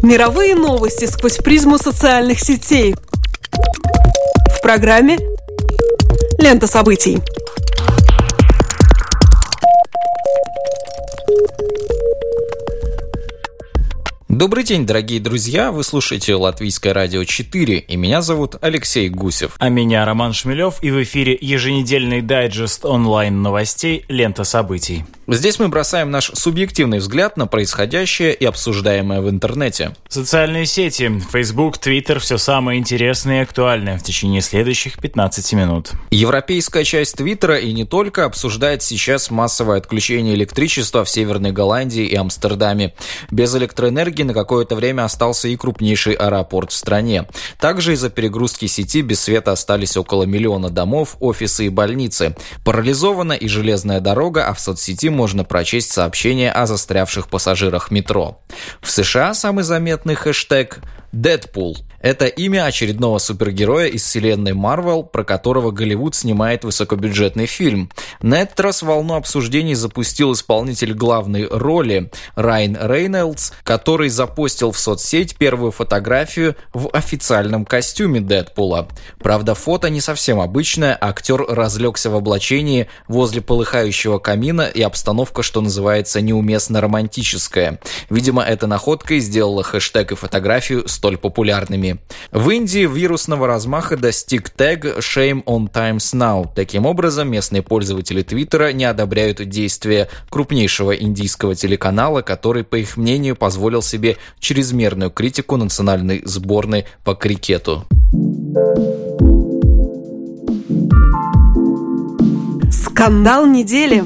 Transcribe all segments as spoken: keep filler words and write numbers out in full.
Мировые новости сквозь призму социальных сетей. В программе «Лента событий». Добрый день, дорогие друзья! Вы слушаете Латвийское радио четыре, и меня зовут Алексей Гусев. А меня Роман Шмелев, и в эфире еженедельный дайджест онлайн-новостей «Лента событий». Здесь мы бросаем наш субъективный взгляд на происходящее и обсуждаемое в интернете. Социальные сети, Facebook, Twitter – все самое интересное и актуальное в течение следующих пятнадцати минут. Европейская часть Твиттера и не только обсуждает сейчас массовое отключение электричества в Северной Голландии и Амстердаме. Без электроэнергии на какое-то время остался и крупнейший аэропорт в стране. Также из-за перегрузки сети без света остались около миллиона домов, офисы и больницы. Парализована и железная дорога, а в соцсети можно прочесть сообщения о застрявших пассажирах метро. В США самый заметный хэштег «Дэдпул». Это имя очередного супергероя из вселенной Марвел, про которого Голливуд снимает высокобюджетный фильм. На этот раз волну обсуждений запустил исполнитель главной роли Райан Рейнольдс, который запостил в соцсеть первую фотографию в официальном костюме Дэдпула. Правда, фото не совсем обычное, актер разлегся в облачении возле полыхающего камина, и обстановка, что называется, неуместно романтическая. Видимо, эта находка и сделала хэштег и фотографию столь популярными. В Индии вирусного размаха достиг тег «Shame on Times Now». Таким образом, местные пользователи Твиттера не одобряют действия крупнейшего индийского телеканала, который, по их мнению, позволил себе чрезмерную критику национальной сборной по крикету. Скандал недели.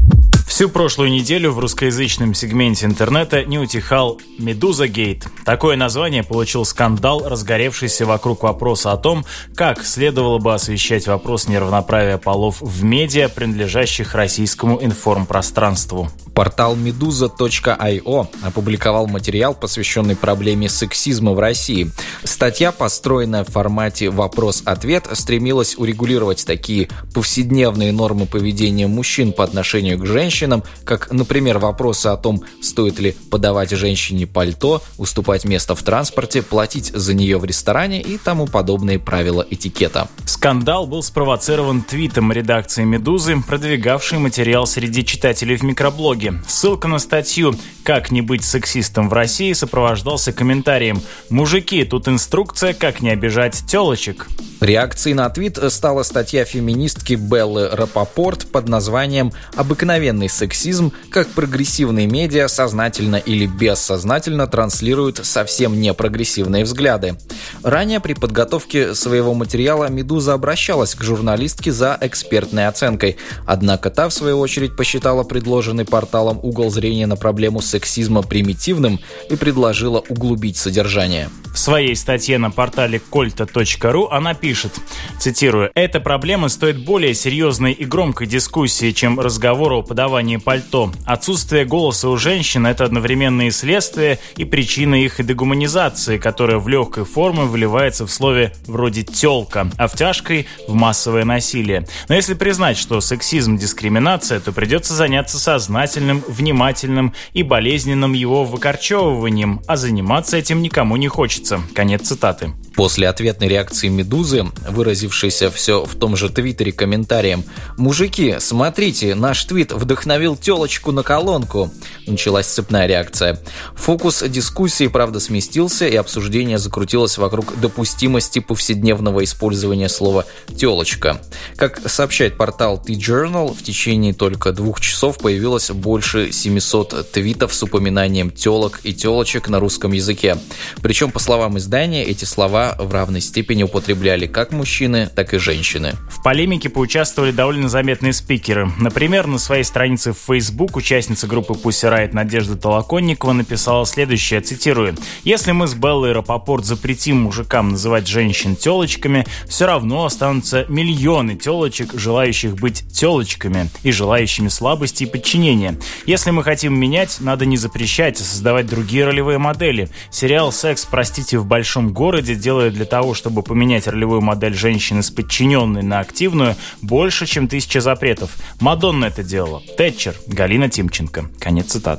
Всю прошлую неделю в русскоязычном сегменте интернета не утихал «Медуза-гейт». Такое название получил скандал, разгоревшийся вокруг вопроса о том, как следовало бы освещать вопрос неравноправия полов в медиа, принадлежащих российскому информпространству. Портал медуза точка ай о опубликовал материал, посвященный проблеме сексизма в России. Статья, построенная в формате «вопрос-ответ», стремилась урегулировать такие повседневные нормы поведения мужчин по отношению к женщинам, как, например, вопросы о том, стоит ли подавать женщине пальто, уступать место в транспорте, платить за нее в ресторане и тому подобные правила этикета. Скандал был спровоцирован твитом редакции «Медузы», продвигавшей материал среди читателей в микроблоге. Ссылка на статью «Как не быть сексистом в России» сопровождался комментарием: «Мужики, тут инструкция, как не обижать тёлочек». Реакцией на твит стала статья феминистки Беллы Рапопорт под названием «Обыкновенный сексизм. Как прогрессивные медиа сознательно или бессознательно транслируют совсем не прогрессивные взгляды». Ранее при подготовке своего материала «Медуза» обращалась к журналистке за экспертной оценкой. Однако та, в свою очередь, посчитала предложенный порталом угол зрения на проблему сексизма примитивным и предложила углубить содержание. В своей статье на портале кольта точка ру она пишет, цитирую: «Эта проблема стоит более серьезной и громкой дискуссии, чем разговор о подавании пальто. Отсутствие голоса у женщин – это одновременно и следствие, и причина их дегуманизации, которая в легкой форме выливается в слове вроде «тёлка», а в тяжкой – в массовое насилие. Но если признать, что сексизм – дискриминация, то придется заняться сознательным, внимательным и болезненным его выкорчевыванием, а заниматься этим никому не хочется». Конец цитаты. После ответной реакции «Медузы», выразившейся все в том же твиттере комментарием «Мужики, смотрите, наш твит вдохновил тёлочку на колонку», началась цепная реакция. Фокус дискуссии, правда, сместился, и обсуждение закрутилось вокруг допустимости повседневного использования слова «тёлочка». Как сообщает портал T-Journal, в течение только двух часов появилось больше семисот твитов с упоминанием тёлок и тёлочек на русском языке. Причем, по словам издания, эти слова в равной степени употребляли как мужчины, так и женщины. В полемике поучаствовали довольно заметные спикеры. Например, на своей странице в Facebook участница группы Pussy Riot Надежда Толоконникова написала следующее, цитирую: «Если мы с Беллой Рапопорт запретим мужикам называть женщин тёлочками, все равно останутся миллионы тёлочек, желающих быть тёлочками и желающими слабости и подчинения. Если мы хотим менять, надо не запрещать, а создавать другие ролевые модели. Сериал «Секс, простите, в большом городе» делает для того, чтобы поменять ролевую модель женщины с подчиненной на активную, больше, чем тысяча запретов. Мадонна это делала. Тэтчер, Галина Тимченко». Конец цитаты.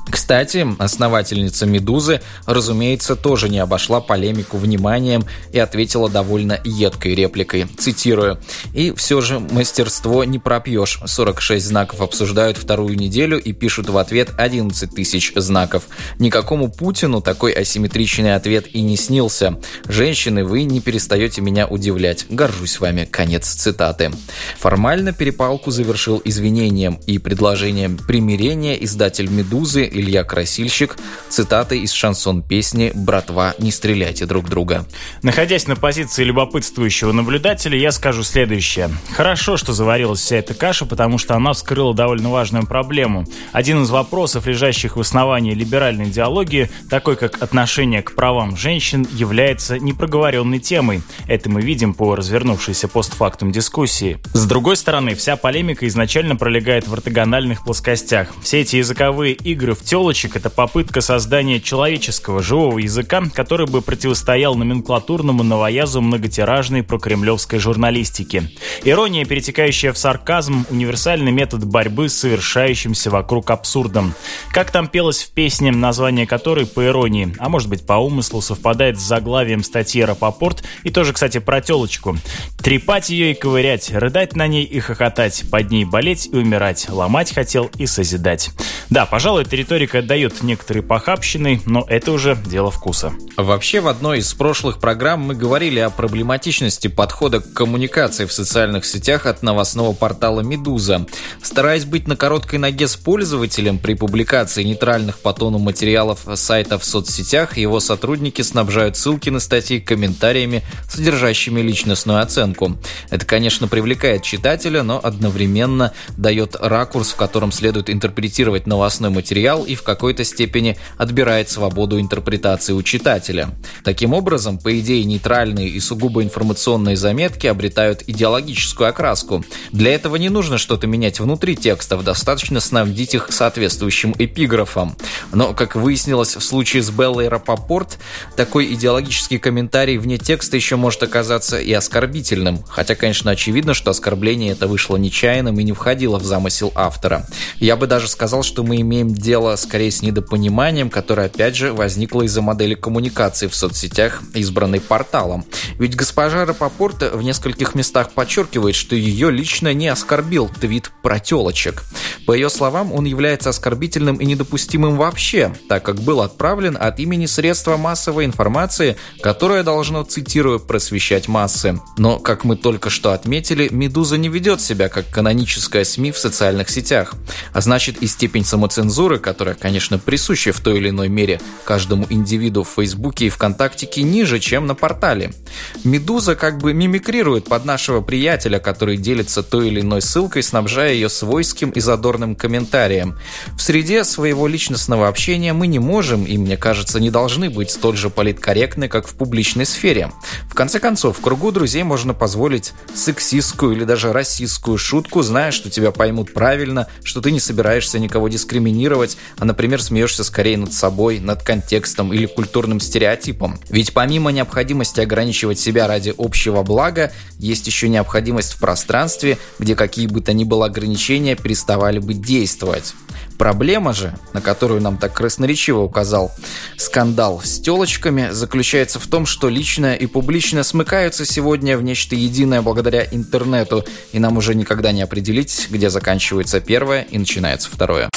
Кстати, основательница «Медузы», разумеется, тоже не обошла полемику вниманием и ответила довольно едкой репликой. Цитирую: «И все же мастерство не пропьешь. сорок шесть знаков обсуждают вторую неделю и пишут в ответ одиннадцать тысяч знаков. Никакому Путину такой асимметричный ответ и не снился. Женщины, вы не перестаете меня удивлять. Горжусь вами». Конец цитаты. Формально перепалку завершил извинением и предложением примирения издатель «Медузы» Илья Красильщик, цитатой из шансон-песни «Братва, не стреляйте друг друга». Находясь на позиции любопытствующего наблюдателя, я скажу следующее. Хорошо, что заварилась вся эта каша, потому что она вскрыла довольно важную проблему. Один из вопросов, лежащих в основании либеральной идеологии, такой как отношение к правам женщин, является непроговоренной темой. Это мы видим по развернувшейся постфактум дискуссии. С другой стороны, вся полемика изначально пролегает в ортогональных плоскостях. Все эти языковые игры в телочек — это попытка создания человеческого живого языка, который бы противостоял номенклатурному новоязу многотиражной прокремлевской журналистики. Ирония, перетекающая в сарказм, универсальный метод борьбы с совершающимся вокруг абсурдом. Как там пелось в песне, название которой, по иронии, а может быть по умыслу, совпадает с заглавием статьи «Рапопорт», и тоже, кстати, про телочку. Трепать ее и ковырять, рыдать на ней и хохотать, под ней болеть и умирать, ломать хотел и созидать. Да, пожалуй, эта риторика отдает некоторые похабщины, но это уже дело вкуса. Вообще, в одной из прошлых программ мы говорили о проблематичности подхода к коммуникации в социальных сетях от новостного портала «Медуза». Стараясь быть на короткой ноге с пользователем при публикации нейтральных по тону материалов сайта в соцсетях, его сотрудники снабжают ссылки на статьи комментариями, содержащими личностную оценку. Это, конечно, привлекает читателя, но одновременно дает ракурс, в котором следует интерпретировать новостной материал, и в какой-то степени отбирает свободу интерпретации у читателя. Таким образом, по идее, нейтральные и сугубо информационные заметки обретают идеологическую окраску. Для этого не нужно что-то менять внутри текстов, достаточно снабдить их соответствующим эпиграфом. Но, как выяснилось в случае с Беллой Рапопорт, такой идеологический комментарий вне текста еще может оказаться и оскорбительным. Хотя, конечно, очевидно, что оскорбление это вышло нечаянным и не входило в замысел автора. Я бы даже сказал, что мы имеем дело скорее с недопониманием, которое, опять же, возникло из-за модели коммуникации в соцсетях, избранной порталом. Ведь госпожа Рапопорт в нескольких местах подчеркивает, что ее лично не оскорбил твит про телочек. По ее словам, он является оскорбительным и недопустимым вообще, так как был отправлен от имени средства массовой информации, которое должно, цитирую, просвещать массы. Но, как мы только что отметили, «Медуза» не ведет себя как каноническая СМИ в социальных сетях. А значит, и степень самоцензуры, которая, конечно, присуща в той или иной мере каждому индивиду в Фейсбуке и ВКонтактике, ниже, чем на портале. «Медуза» как бы мимикрирует под нашего приятеля, который делится той или иной ссылкой, снабжая ее свойским и задорным комментарием. В среде своего личностного общения мы не можем и, мне кажется, не должны быть столь же политкорректны, как в публичной сфере. В конце концов, в кругу друзей можно позволить сексистскую или даже расистскую шутку, зная, что тебя поймут правильно, что ты не собираешься никого дискриминировать, а, например, смеешься скорее над собой, над контекстом или культурным стереотипом. Ведь помимо необходимости ограничивать себя ради общего блага, есть еще необходимость в пространстве, где какие бы то ни было ограничения переставали бы действовать. Проблема же, на которую нам так красноречиво указал скандал с телочками, заключается в том, что личное и публичное смыкаются сегодня в нечто единое благодаря интернету, и нам уже никогда не определить, где заканчивается первое и начинается второе.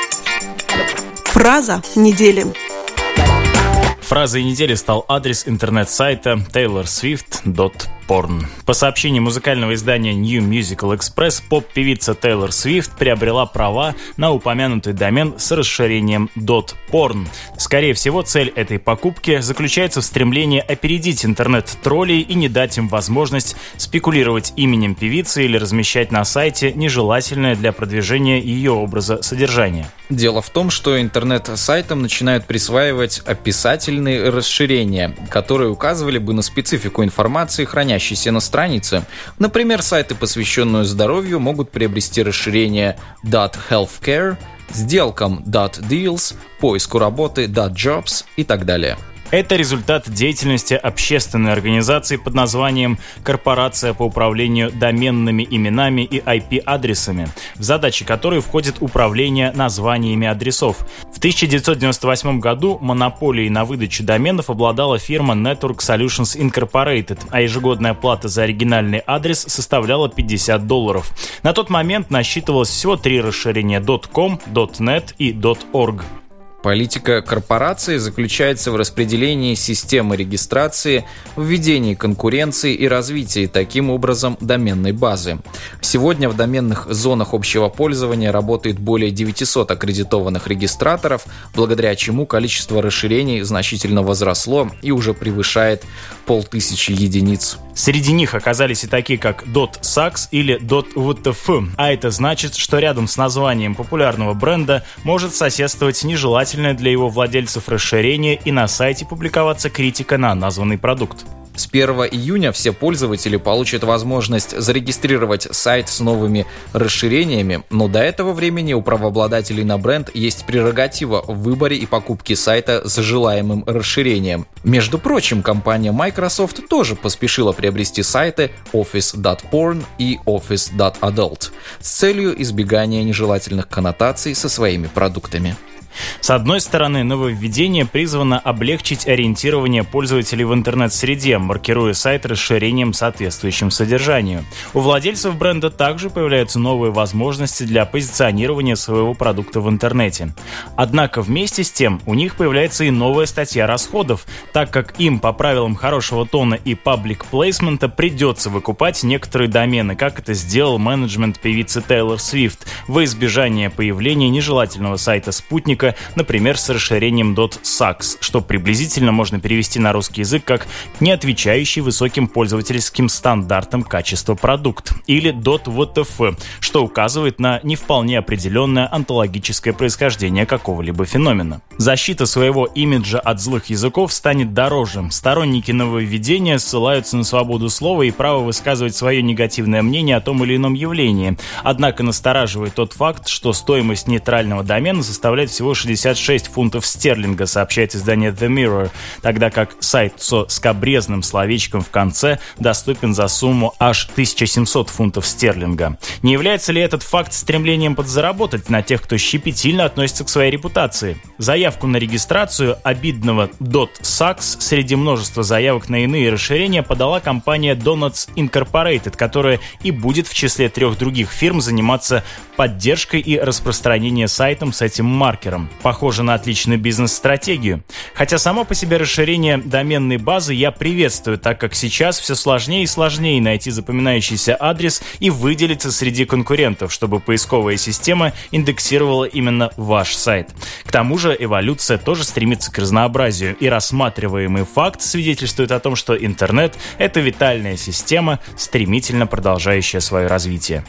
Фраза недели. Фразой недели стал адрес интернет-сайта тейлор свифт точка порн. По сообщению музыкального издания New Musical Express, поп-певица Тейлор Свифт приобрела права на упомянутый домен с расширением .porn. Скорее всего, цель этой покупки заключается в стремлении опередить интернет-троллей и не дать им возможность спекулировать именем певицы или размещать на сайте нежелательное для продвижения ее образа содержания. Дело в том, что интернет-сайтам начинают присваивать описательные расширения, которые указывали бы на специфику информации, хранящейся на странице. Например, сайты, посвященные здоровью, могут приобрести расширение .healthcare, сделкам .deals, поиску работы .jobs и так далее. Это результат деятельности общественной организации под названием «Корпорация по управлению доменными именами и ай пи-адресами», в задачи которой входит управление названиями адресов. В тысяча девятьсот девяносто восьмом году монополией на выдачу доменов обладала фирма Network Solutions Incorporated, а ежегодная плата за оригинальный адрес составляла пятьдесят долларов. На тот момент насчитывалось всего три расширения .com, .net и .org. Политика корпорации заключается в распределении системы регистрации, введении конкуренции и развитии таким образом доменной базы. Сегодня в доменных зонах общего пользования работает более девятисот аккредитованных регистраторов, благодаря чему количество расширений значительно возросло и уже превышает полтысячи единиц. Среди них оказались и такие, как .sax или .wtf, а это значит, что рядом с названием популярного бренда может соседствовать нежелательное для его владельцев расширение и на сайте публиковаться критика на названный продукт. С первого июня все пользователи получат возможность зарегистрировать сайт с новыми расширениями, но до этого времени у правообладателей на бренд есть прерогатива в выборе и покупке сайта с желаемым расширением. Между прочим, компания Microsoft тоже поспешила приобрести сайты офис точка порн и офис точка адалт с целью избегания нежелательных коннотаций со своими продуктами. С одной стороны, нововведение призвано облегчить ориентирование пользователей в интернет-среде, маркируя сайт расширением, соответствующим содержанию. У владельцев бренда также появляются новые возможности для позиционирования своего продукта в интернете. Однако вместе с тем у них появляется и новая статья расходов, так как им по правилам хорошего тона и паблик-плейсмента придется выкупать некоторые домены, как это сделал менеджмент певицы Тейлор Свифт, во избежание появления нежелательного сайта спутника, например, с расширением .sax, что приблизительно можно перевести на русский язык как «не отвечающий высоким пользовательским стандартам качества продукт», или .wtf, что указывает на не вполне определенное онтологическое происхождение какого-либо феномена. Защита своего имиджа от злых языков станет дороже. Сторонники нововведения ссылаются на свободу слова и право высказывать свое негативное мнение о том или ином явлении. Однако настораживает тот факт, что стоимость нейтрального домена составляет всего шестьдесят шесть фунтов стерлинга, сообщает издание The Mirror, тогда как сайт со скабрезным словечком в конце доступен за сумму аж тысяча семьсот фунтов стерлинга. Не является ли этот факт стремлением подзаработать на тех, кто щепетильно относится к своей репутации? Заявку на регистрацию обидного .sax среди множества заявок на иные расширения подала компания Donuts Incorporated, которая и будет в числе трех других фирм заниматься поддержкой и распространением сайтом с этим маркером. Похоже на отличную бизнес-стратегию. Хотя само по себе расширение доменной базы я приветствую, так как сейчас все сложнее и сложнее найти запоминающийся адрес и выделиться среди конкурентов, чтобы поисковая система индексировала именно ваш сайт. К тому же эволюция тоже стремится к разнообразию, и рассматриваемый факт свидетельствует о том, что интернет – это витальная система, стремительно продолжающая свое развитие.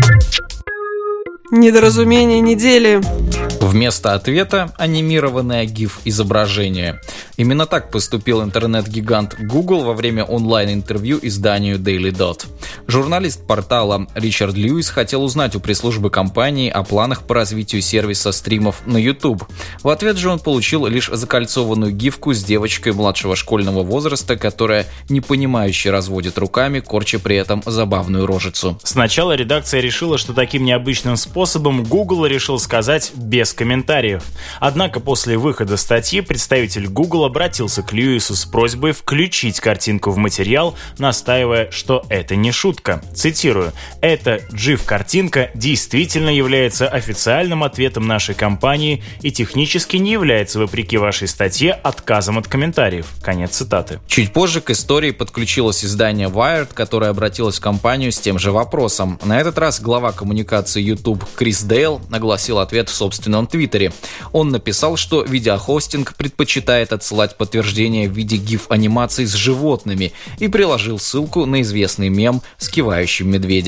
Недоразумение недели. Вместо ответа анимированное гиф-изображение. Именно так поступил интернет-гигант Google во время онлайн-интервью изданию Daily Dot. Журналист портала Ричард Льюис хотел узнать у пресс-службы компании о планах по развитию сервиса стримов на YouTube. В ответ же он получил лишь закольцованную гифку с девочкой младшего школьного возраста, которая непонимающе разводит руками, корча при этом забавную рожицу. Сначала редакция решила, что таким необычным способом Google решил сказать без комментариев. Однако после выхода статьи представитель Google обратился к Льюису с просьбой включить картинку в материал, настаивая, что это не шутка. Цитирую: «Эта джиф-картинка действительно является официальным ответом нашей компании и технически не является, вопреки вашей статье, отказом от комментариев». Конец цитаты. Чуть позже к истории подключилось издание Wired, которое обратилось в компанию с тем же вопросом. На этот раз глава коммуникации YouTube Крис Дейл огласил ответ в собственном твиттере. Он написал, что видеохостинг предпочитает отсылать подтверждения в виде гиф-анимаций с животными, и приложил ссылку на известный мем с кивающим медведем.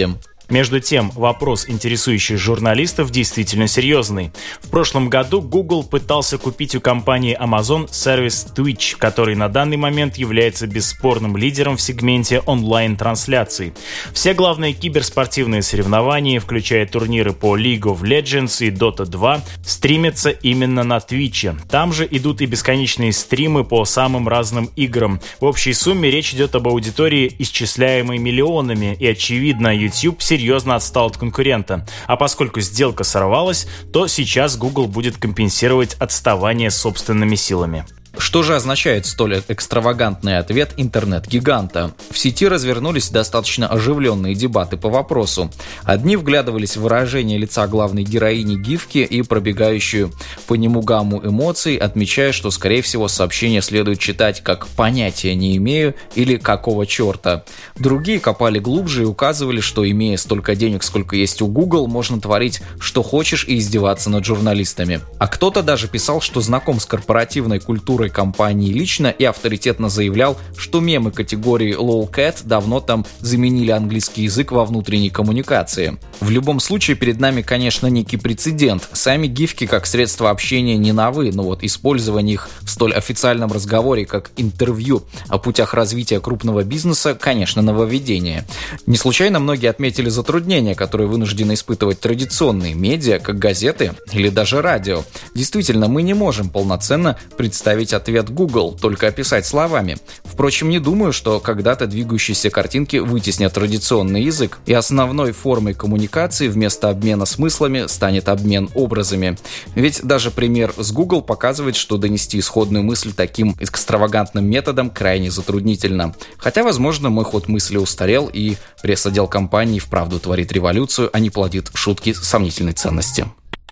Между тем, вопрос, интересующий журналистов, действительно серьезный. В прошлом году Google пытался купить у компании Amazon сервис Twitch, который на данный момент является бесспорным лидером в сегменте онлайн-трансляций. Все главные киберспортивные соревнования, включая турниры по League of Legends и Dota два, стримятся именно на Twitch. Там же идут и бесконечные стримы по самым разным играм. В общей сумме речь идет об аудитории, исчисляемой миллионами, и, очевидно, YouTube серьезно отстал от конкурента. А поскольку сделка сорвалась, то сейчас Google будет компенсировать отставание собственными силами. Что же означает столь экстравагантный ответ интернет-гиганта? В сети развернулись достаточно оживленные дебаты по вопросу. Одни вглядывались в выражение лица главной героини гифки и пробегающую по нему гамму эмоций, отмечая, что, скорее всего, сообщение следует читать как «понятия не имею» или «какого черта». Другие копали глубже и указывали, что, имея столько денег, сколько есть у Google, можно творить, что хочешь, и издеваться над журналистами. А кто-то даже писал, что знаком с корпоративной культурой компании лично и авторитетно заявлял, что мемы категории lolcat давно там заменили английский язык во внутренней коммуникации. В любом случае, перед нами, конечно, некий прецедент. Сами гифки как средство общения не новы, но вот использование их в столь официальном разговоре, как интервью о путях развития крупного бизнеса, конечно, нововведение. Не случайно многие отметили затруднения, которые вынуждены испытывать традиционные медиа, как газеты или даже радио. Действительно, мы не можем полноценно представить ответ Google, только описать словами. Впрочем, не думаю, что когда-то двигающиеся картинки вытеснят традиционный язык, и основной формой коммуникации вместо обмена смыслами станет обмен образами. Ведь даже пример с Google показывает, что донести исходную мысль таким экстравагантным методом крайне затруднительно. Хотя, возможно, мой ход мысли устарел, и пресс-отдел компании вправду творит революцию, а не плодит шутки сомнительной ценности.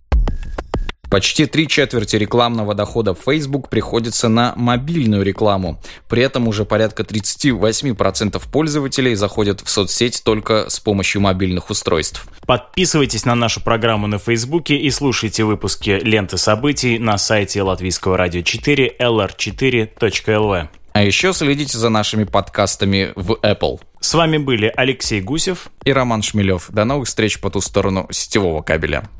Почти три четверти рекламного дохода в Facebook приходится на мобильную рекламу. При этом уже порядка тридцать восемь процентов пользователей заходят в соцсеть только с помощью мобильных устройств. Подписывайтесь на нашу программу на Фейсбуке и слушайте выпуски ленты событий на сайте Латвийского радио четыре эл эр четыре точка эл ви. А еще следите за нашими подкастами в Apple. С вами были Алексей Гусев и Роман Шмелев. До новых встреч по ту сторону сетевого кабеля.